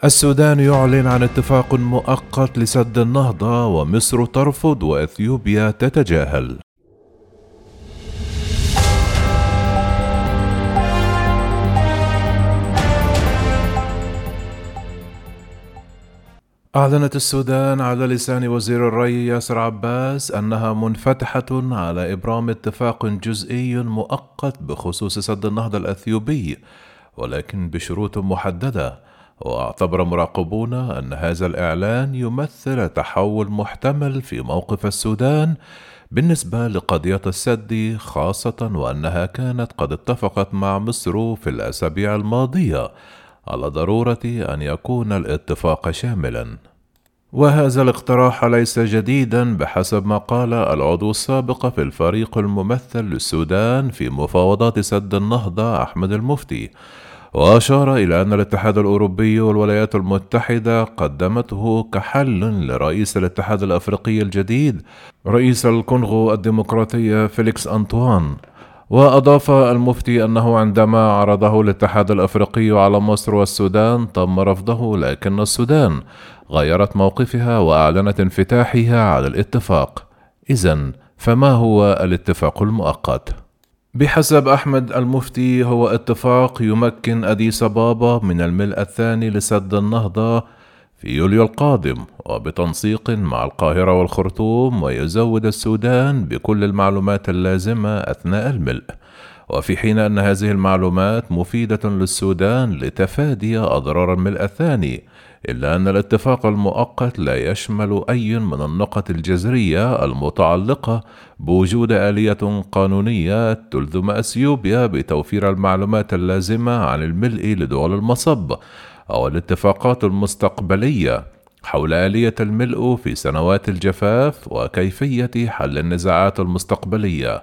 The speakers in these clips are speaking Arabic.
السودان يعلن عن اتفاق مؤقت لسد النهضة، ومصر ترفض وأثيوبيا تتجاهل. أعلنت السودان على لسان وزير الري ياسر عباس أنها منفتحة على إبرام اتفاق جزئي مؤقت بخصوص سد النهضة الأثيوبي، ولكن بشروط محددة. واعتبر مراقبون أن هذا الإعلان يمثل تحول محتمل في موقف السودان بالنسبة لقضية السد، خاصة وأنها كانت قد اتفقت مع مصر في الأسابيع الماضية على ضرورة أن يكون الاتفاق شاملاً. وهذا الاقتراح ليس جديداً بحسب ما قال العضو السابق في الفريق الممثل للسودان في مفاوضات سد النهضة أحمد المفتي، وأشار إلى أن الاتحاد الأوروبي والولايات المتحدة قدمته كحل لرئيس الاتحاد الأفريقي الجديد رئيس الكونغو الديمقراطية فيليكس أنطوان. وأضاف المفتي أنه عندما عرضه الاتحاد الأفريقي على مصر والسودان تم رفضه، لكن السودان غيرت موقفها وأعلنت انفتاحها على الاتفاق. إذن فما هو الاتفاق المؤقت؟ بحسب أحمد المفتي هو اتفاق يمكن أديس أبابا من الملء الثاني لسد النهضة في يوليو القادم، وبتنسيق مع القاهرة والخرطوم، ويزود السودان بكل المعلومات اللازمة أثناء الملء، وفي حين أن هذه المعلومات مفيدة للسودان لتفادي أضرار الملء الثاني، إلا أن الاتفاق المؤقت لا يشمل أي من النقط الجذرية المتعلقة بوجود آلية قانونية تلزم أثيوبيا بتوفير المعلومات اللازمة عن الملء لدول المصب، أو الاتفاقات المستقبلية حول آلية الملء في سنوات الجفاف وكيفية حل النزاعات المستقبلية.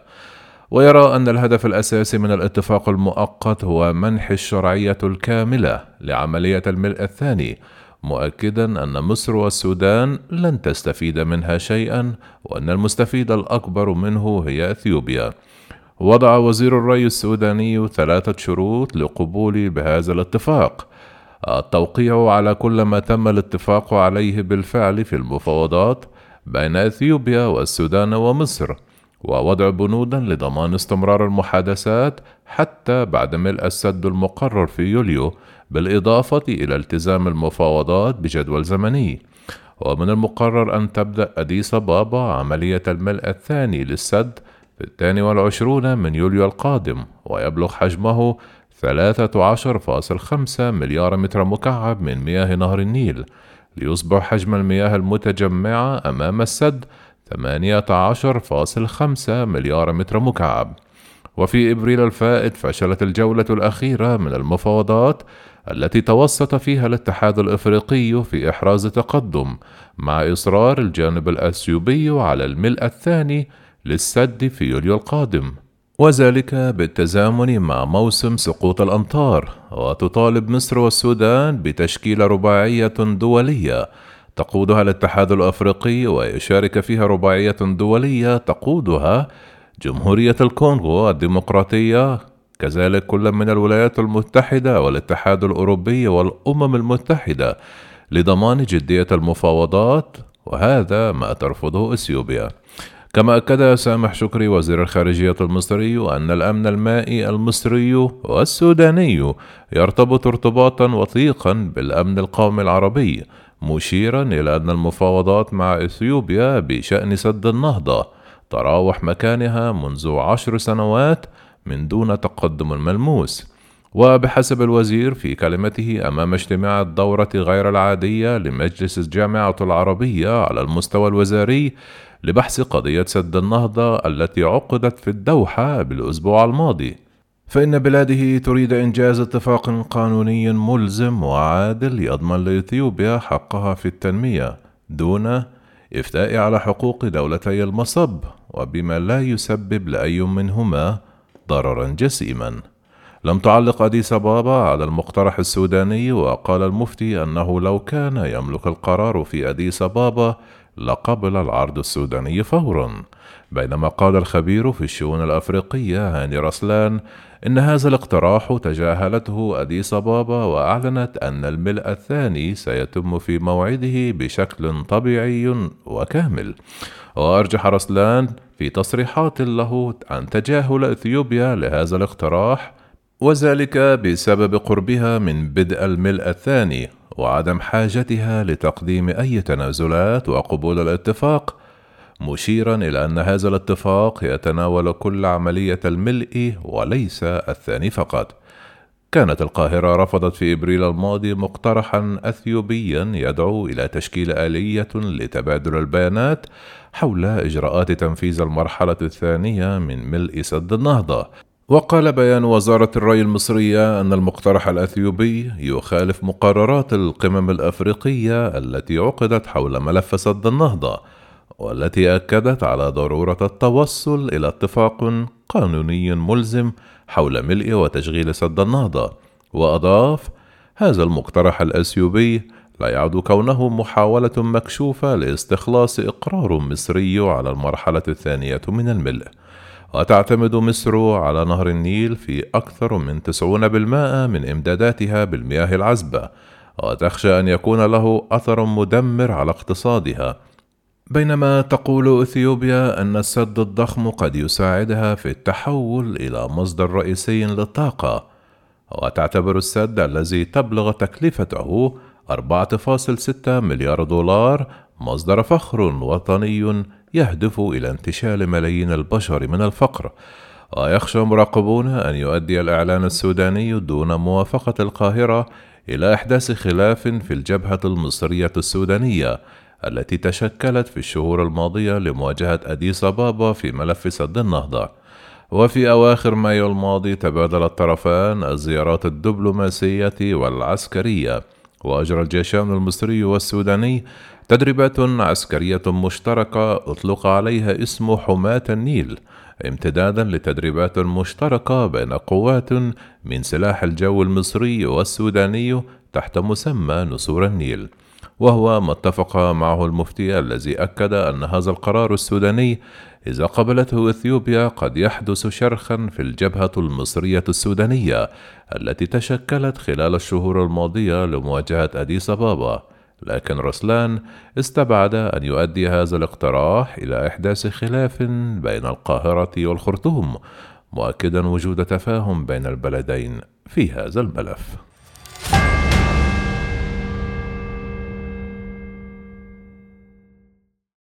ويرى أن الهدف الأساسي من الاتفاق المؤقت هو منح الشرعية الكاملة لعملية الملء الثاني، مؤكدا أن مصر والسودان لن تستفيد منها شيئا، وأن المستفيد الأكبر منه هي أثيوبيا. وضع وزير الري السوداني 3 شروط لقبول بهذا الاتفاق: التوقيع على كل ما تم الاتفاق عليه بالفعل في المفاوضات بين أثيوبيا والسودان ومصر، ووضع بنودا لضمان استمرار المحادثات حتى بعد ملء السد المقرر في يوليو، بالإضافة إلى التزام المفاوضات بجدول زمني. ومن المقرر أن تبدأ أديس أبابا عملية الملء الثاني للسد في 22 من يوليو القادم، ويبلغ حجمه 13.5 مليار متر مكعب من مياه نهر النيل، ليصبح حجم المياه المتجمعة أمام السد 18.5 مليار متر مكعب. وفي إبريل الفائت فشلت الجولة الأخيرة من المفاوضات التي توسط فيها الاتحاد الإفريقي في إحراز تقدم، مع إصرار الجانب الأثيوبي على الملء الثاني للسد في يوليو القادم، وذلك بالتزامن مع موسم سقوط الأمطار. وتطالب مصر والسودان بتشكيل رباعية دولية تقودها الاتحاد الأفريقي، ويشارك فيها رباعية دولية تقودها جمهورية الكونغو الديمقراطية، كذلك كل من الولايات المتحدة والاتحاد الأوروبي والأمم المتحدة، لضمان جدية المفاوضات، وهذا ما ترفضه أثيوبيا. كما أكد سامح شكري وزير الخارجية المصري أن الأمن المائي المصري والسوداني يرتبط ارتباطا وثيقا بالأمن القومي العربي، مشيرا إلى أن المفاوضات مع إثيوبيا بشأن سد النهضة تراوح مكانها منذ 10 سنوات من دون تقدم ملموس. وبحسب الوزير في كلمته أمام اجتماع الدورة غير العادية لمجلس الجامعة العربية على المستوى الوزاري لبحث قضية سد النهضة التي عقدت في الدوحة بالأسبوع الماضي، فإن بلاده تريد إنجاز اتفاق قانوني ملزم وعادل يضمن لإثيوبيا حقها في التنمية دون إفتاء على حقوق دولتي المصب، وبما لا يسبب لأي منهما ضررا جسيما. لم تعلق أديس أبابا على المقترح السوداني، وقال المفتي أنه لو كان يملك القرار في أديس أبابا لقبل العرض السوداني فورا، بينما قال الخبير في الشؤون الأفريقية هاني رسلان إن هذا الاقتراح تجاهلته أديس أبابا، وأعلنت أن الملء الثاني سيتم في موعده بشكل طبيعي وكامل. وأرجح رسلان في تصريحات له عن تجاهل إثيوبيا لهذا الاقتراح، وذلك بسبب قربها من بدء الملء الثاني وعدم حاجتها لتقديم أي تنازلات وقبول الاتفاق، مشيرا إلى أن هذا الاتفاق يتناول كل عملية الملء وليس الثاني فقط. كانت القاهرة رفضت في إبريل الماضي مقترحا أثيوبيا يدعو إلى تشكيل آلية لتبادل البيانات حول إجراءات تنفيذ المرحلة الثانية من ملء سد النهضة. وقال بيان وزارة الري المصرية أن المقترح الأثيوبي يخالف مقررات القمم الأفريقية التي عقدت حول ملف سد النهضة، والتي أكدت على ضرورة التوصل إلى اتفاق قانوني ملزم حول ملء وتشغيل سد النهضة. وأضاف: هذا المقترح الأثيوبي لا يعد كونه محاولة مكشوفة لاستخلاص إقرار مصري على المرحلة الثانية من الملء، وتعتمد مصر على نهر النيل في أكثر من 90% من إمداداتها بالمياه العذبة، وتخشى أن يكون له أثر مدمر على اقتصادها. بينما تقول إثيوبيا أن السد الضخم قد يساعدها في التحول إلى مصدر رئيسي للطاقة، وتعتبر السد الذي تبلغ تكلفته 4.6 مليار دولار مصدر فخر وطني يهدف إلى انتشال ملايين البشر من الفقر. ويخشى مراقبون أن يؤدي الإعلان السوداني دون موافقة القاهرة إلى إحداث خلاف في الجبهة المصرية السودانية التي تشكلت في الشهور الماضية لمواجهة أديس أبابا في ملف سد النهضة. وفي أواخر مايو الماضي تبادل الطرفان الزيارات الدبلوماسية والعسكرية، وأجرى الجيشان المصري والسوداني تدريبات عسكرية مشتركة أطلق عليها اسم حماة النيل، امتدادا لتدريبات مشتركة بين قوات من سلاح الجو المصري والسوداني تحت مسمى نسور النيل. وهو ما اتفق معه المفتي الذي أكد أن هذا القرار السوداني إذا قبلته إثيوبيا قد يحدث شرخا في الجبهة المصرية السودانية التي تشكلت خلال الشهور الماضية لمواجهة أديس أبابا. لكن رسلان استبعد أن يؤدي هذا الاقتراح إلى إحداث خلاف بين القاهرة والخرطوم، مؤكدا وجود تفاهم بين البلدين في هذا الملف.